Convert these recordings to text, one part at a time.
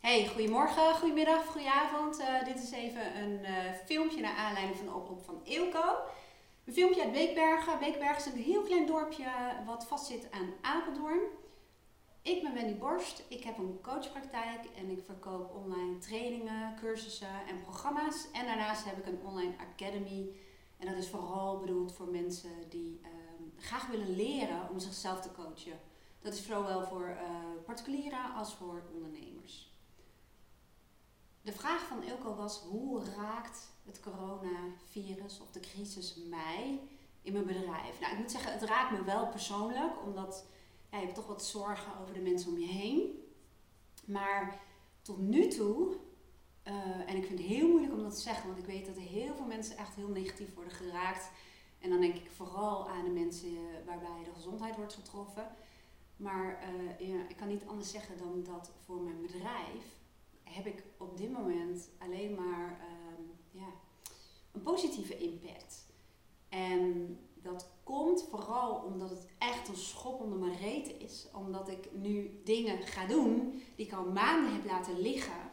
Hey, goedemorgen, goedemiddag, goedenavond. Dit is even een filmpje naar aanleiding van de oproep van Eelco. Een filmpje uit Beekbergen. Beekbergen is een heel klein dorpje wat vastzit aan Apeldoorn. Ik ben Wendy Borst, ik heb een coachpraktijk en ik verkoop online trainingen, cursussen en programma's. En daarnaast heb ik een online academy en dat is vooral bedoeld voor mensen die graag willen leren om zichzelf te coachen. Dat is zowel voor particulieren als voor ondernemers. De vraag van Eelco was: hoe raakt het coronavirus of de crisis mij in mijn bedrijf? Nou, ik moet zeggen, het raakt me wel persoonlijk, omdat je hebt toch wat zorgen over de mensen om je heen. Maar tot nu toe, en ik vind het heel moeilijk om dat te zeggen, want ik weet dat er heel veel mensen echt heel negatief worden geraakt. En dan denk ik vooral aan de mensen waarbij de gezondheid wordt getroffen. Maar ik kan niet anders zeggen dan dat voor mijn bedrijf heb ik op dit moment alleen maar een positieve impact. En dat komt vooral omdat het echt een schop onder mijn reet is. Omdat ik nu dingen ga doen die ik al maanden heb laten liggen.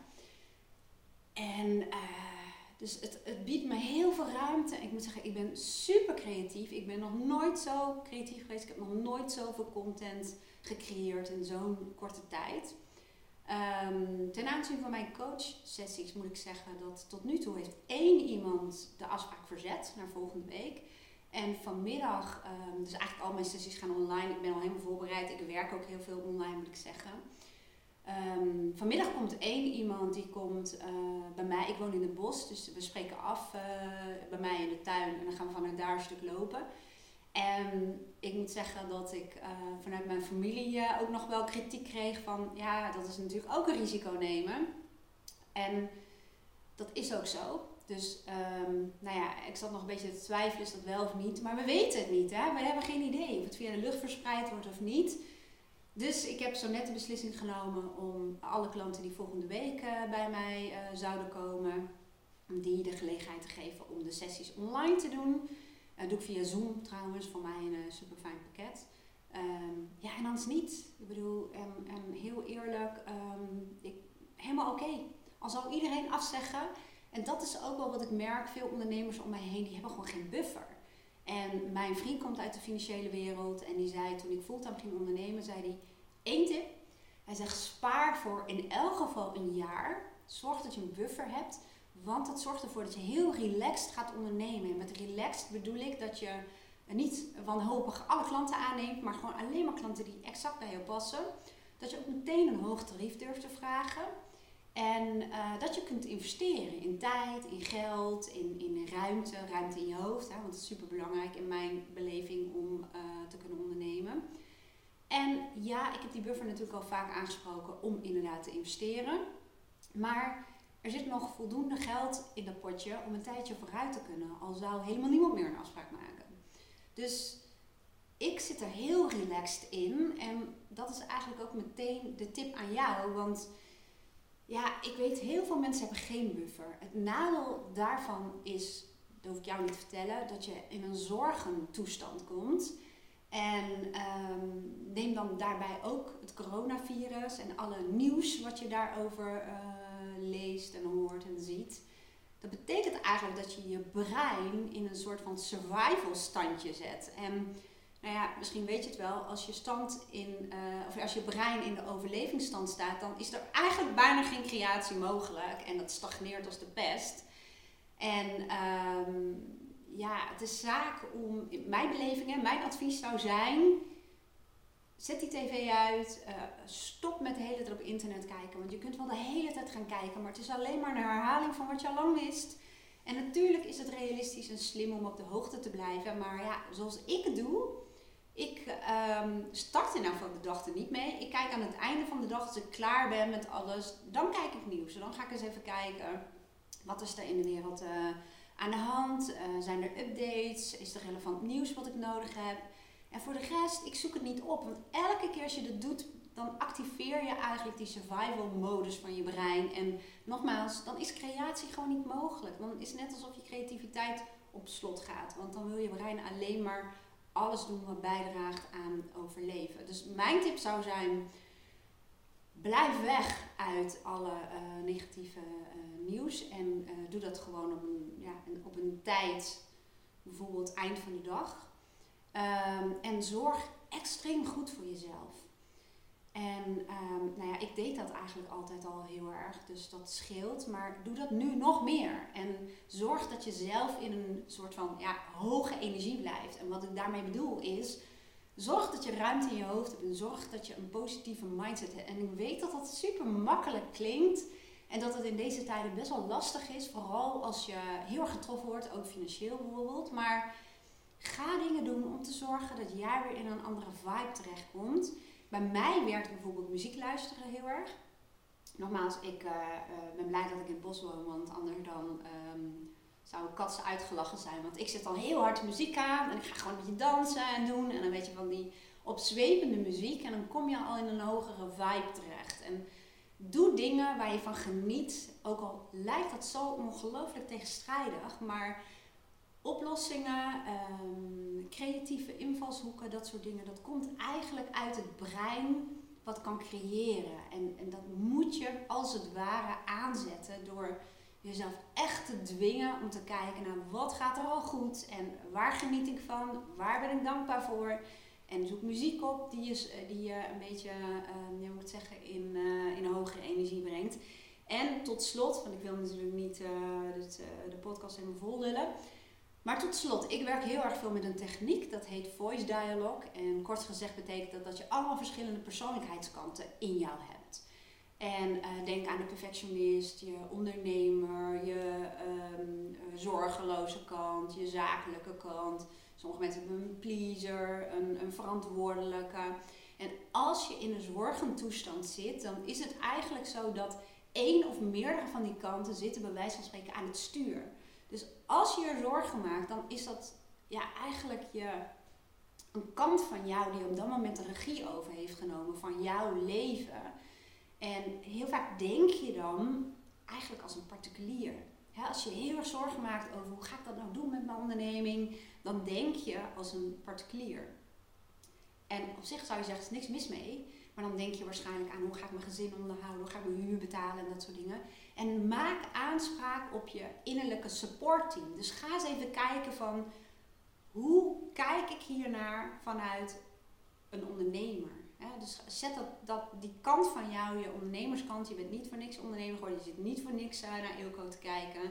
En dus het biedt me heel veel ruimte. Ik moet zeggen, ik ben super creatief. Ik ben nog nooit zo creatief geweest. Ik heb nog nooit zoveel content gecreëerd in zo'n korte tijd. Ten aanzien van mijn coachsessies moet ik zeggen dat tot nu toe heeft 1 iemand de afspraak verzet naar volgende week. En vanmiddag, dus eigenlijk al mijn sessies gaan online. Ik ben al helemaal voorbereid. Ik werk ook heel veel online, moet ik zeggen. Vanmiddag komt 1 iemand die komt bij mij. Ik woon in het bos, dus we spreken af bij mij in de tuin. En dan gaan we vanuit daar een stuk lopen. En ik moet zeggen dat ik vanuit mijn familie ook nog wel kritiek kreeg van, ja, dat is natuurlijk ook een risico nemen. En dat is ook zo. Dus ik zat nog een beetje te twijfelen, is dat wel of niet. Maar we weten het niet, hè? We hebben geen idee of het via de lucht verspreid wordt of niet. Dus ik heb zo net de beslissing genomen om alle klanten die volgende week bij mij zouden komen, om die de gelegenheid te geven om de sessies online te doen. Dat doe ik via Zoom trouwens, voor mij een super fijn pakket. En anders niet. Ik bedoel, en heel eerlijk, helemaal oké. Al zou iedereen afzeggen. En dat is ook wel wat ik merk, veel ondernemers om mij heen, die hebben gewoon geen buffer. En mijn vriend komt uit de financiële wereld en die zei, toen ik fulltime ging ondernemen, zei hij, 1 tip. Hij zegt, spaar voor in elk geval een jaar. Zorg dat je een buffer hebt. Want dat zorgt ervoor dat je heel relaxed gaat ondernemen. En met relaxed bedoel ik dat je niet wanhopig alle klanten aanneemt, maar gewoon alleen maar klanten die exact bij jou passen. Dat je ook meteen een hoog tarief durft te vragen. En dat je kunt investeren in tijd, in geld, in ruimte in je hoofd. Hè, want dat is super belangrijk in mijn beleving om te kunnen ondernemen. En ja, ik heb die buffer natuurlijk al vaak aangesproken om inderdaad te investeren. Maar er zit nog voldoende geld in dat potje om een tijdje vooruit te kunnen. Al zou helemaal niemand meer een afspraak maken. Dus ik zit er heel relaxed in. En dat is eigenlijk ook meteen de tip aan jou. Want ja, ik weet heel veel mensen hebben geen buffer. Het nadeel daarvan is, dat hoef ik jou niet te vertellen, dat je in een zorgentoestand komt. En neem dan daarbij ook het coronavirus en alle nieuws wat je daarover leest en hoort en ziet. Dat betekent eigenlijk dat je je brein in een soort van survival standje zet. En misschien weet je het wel, als je brein in de overlevingsstand staat, dan is er eigenlijk bijna geen creatie mogelijk. En dat stagneert als de pest. En het is zaak om, in mijn beleving, mijn advies zou zijn, zet die tv uit, stop met de hele tijd op internet kijken. Want je kunt wel de hele tijd gaan kijken, maar het is alleen maar een herhaling van wat je al lang wist. En natuurlijk is het realistisch en slim om op de hoogte te blijven. Maar ja, zoals ik het doe, ik start er nou van de dag er niet mee. Ik kijk aan het einde van de dag, als ik klaar ben met alles, dan kijk ik nieuws. Dan ga ik eens even kijken, wat is er in de wereld aan de hand? Zijn er updates? Is er relevant nieuws wat ik nodig heb? En voor de rest, ik zoek het niet op. Want elke keer als je dat doet, dan activeer je eigenlijk die survival modus van je brein. En nogmaals, dan is creatie gewoon niet mogelijk. Dan is het net alsof je creativiteit op slot gaat. Want dan wil je brein alleen maar alles doen wat bijdraagt aan overleven. Dus mijn tip zou zijn, blijf weg uit alle negatieve nieuws. En doe dat gewoon op een tijd, bijvoorbeeld eind van de dag. En zorg extreem goed voor jezelf. En ik deed dat eigenlijk altijd al heel erg, dus dat scheelt. Maar doe dat nu nog meer. En zorg dat je zelf in een soort van hoge energie blijft. En wat ik daarmee bedoel is, zorg dat je ruimte in je hoofd hebt. En zorg dat je een positieve mindset hebt. En ik weet dat dat super makkelijk klinkt. En dat het in deze tijden best wel lastig is. Vooral als je heel erg getroffen wordt, ook financieel bijvoorbeeld. Maar ga dingen doen om te zorgen dat jij weer in een andere vibe terechtkomt. Bij mij werkt bijvoorbeeld muziek luisteren heel erg. Nogmaals, ik ben blij dat ik in het bos woon, want anders dan zou ik katsen uitgelachen zijn. Want ik zet dan heel hard de muziek aan en ik ga gewoon een beetje dansen en doen. En dan weet je van die opzwepende muziek en dan kom je al in een hogere vibe terecht. En doe dingen waar je van geniet, ook al lijkt dat zo ongelooflijk tegenstrijdig, maar oplossingen, creatieve invalshoeken, dat soort dingen, dat komt eigenlijk uit het brein wat kan creëren. En dat moet je als het ware aanzetten door jezelf echt te dwingen om te kijken naar wat gaat er al goed en waar geniet ik van, waar ben ik dankbaar voor. En zoek muziek op die je een beetje in een hogere energie brengt. En tot slot, want ik wil natuurlijk niet de podcast helemaal vol lullen. Maar tot slot, ik werk heel erg veel met een techniek, dat heet Voice Dialogue. En kort gezegd betekent dat je allemaal verschillende persoonlijkheidskanten in jou hebt. En denk aan de perfectionist, je ondernemer, je zorgeloze kant, je zakelijke kant. Sommige mensen hebben een pleaser, een verantwoordelijke. En als je in een zorgentoestand zit, dan is het eigenlijk zo dat één of meerdere van die kanten zitten bij wijze van spreken aan het stuur. Dus als je je zorgen maakt, dan is dat eigenlijk een kant van jou die op dat moment de regie over heeft genomen van jouw leven. En heel vaak denk je dan eigenlijk als een particulier. Als je heel erg zorgen maakt over hoe ga ik dat nou doen met mijn onderneming, dan denk je als een particulier. En op zich zou je zeggen, er is niks mis mee. Maar dan denk je waarschijnlijk aan hoe ga ik mijn gezin onderhouden, hoe ga ik mijn huur betalen en dat soort dingen. En maak aanspraak op je innerlijke supportteam. Dus ga eens even kijken van, hoe kijk ik hiernaar vanuit een ondernemer? Dus zet die kant van jou, je ondernemerskant, je bent niet voor niks ondernemer geworden, je zit niet voor niks naar Eelco te kijken.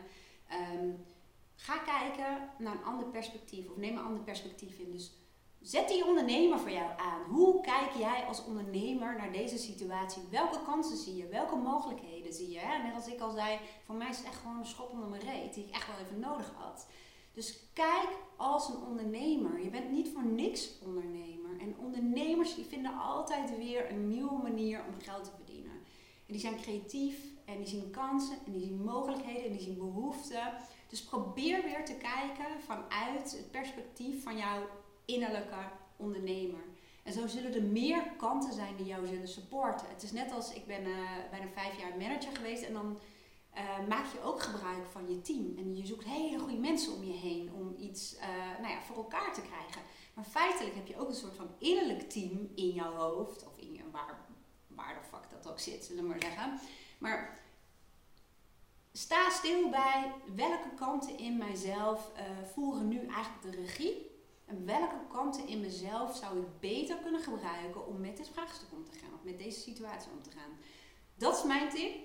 Ga kijken naar een ander perspectief of neem een ander perspectief in. Dus zet die ondernemer voor jou aan. Hoe kijk jij als ondernemer naar deze situatie? Welke kansen zie je? Welke mogelijkheden zie je? Net als ik al zei, voor mij is het echt gewoon een schop onder mijn reet die ik echt wel even nodig had. Dus kijk als een ondernemer. Je bent niet voor niks ondernemer. En ondernemers die vinden altijd weer een nieuwe manier om geld te verdienen. En die zijn creatief en die zien kansen en die zien mogelijkheden en die zien behoeften. Dus probeer weer te kijken vanuit het perspectief van jouw innerlijke ondernemer. En zo zullen er meer kanten zijn die jou zullen supporten. Het is net als, ik ben bijna 5 jaar manager geweest en dan maak je ook gebruik van je team. En je zoekt hele goede mensen om je heen om iets voor elkaar te krijgen. Maar feitelijk heb je ook een soort van innerlijk team in jouw hoofd. Of in je, waar de fuck dat ook zit, zullen we maar zeggen. Maar sta stil bij welke kanten in mijzelf voeren nu eigenlijk de regie. En welke kanten in mezelf zou ik beter kunnen gebruiken om met dit vraagstuk om te gaan. Of met deze situatie om te gaan. Dat is mijn tip.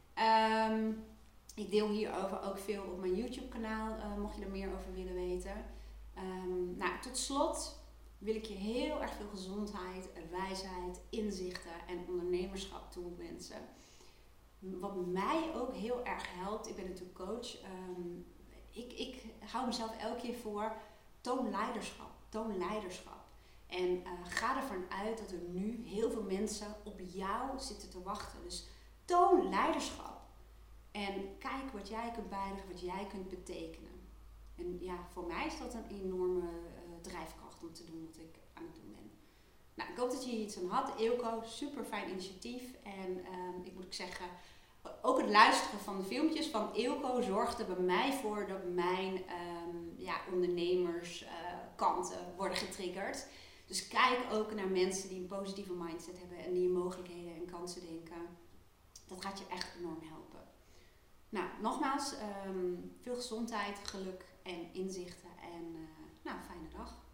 Ik deel hierover ook veel op mijn YouTube kanaal. Mocht je er meer over willen weten. Tot slot wil ik je heel erg veel gezondheid, wijsheid, inzichten en ondernemerschap toewensen. Wat mij ook heel erg helpt. Ik ben natuurlijk coach. Ik hou mezelf elke keer voor. Toon leiderschap. En ga ervan uit dat er nu heel veel mensen op jou zitten te wachten. Dus toon leiderschap. En kijk wat jij kunt bijdragen, wat jij kunt betekenen. En voor mij is dat een enorme drijfkracht om te doen wat ik aan het doen ben. Nou, ik hoop dat je hier iets aan had. Eelco, super fijn initiatief. En ik moet ook zeggen, ook het luisteren van de filmpjes van Eelco zorgde bij mij voor dat mijn ondernemerskanten worden getriggerd. Dus kijk ook naar mensen die een positieve mindset hebben en die je mogelijkheden en kansen denken. Dat gaat je echt enorm helpen. Nou, nogmaals, veel gezondheid, geluk en inzichten en fijne dag.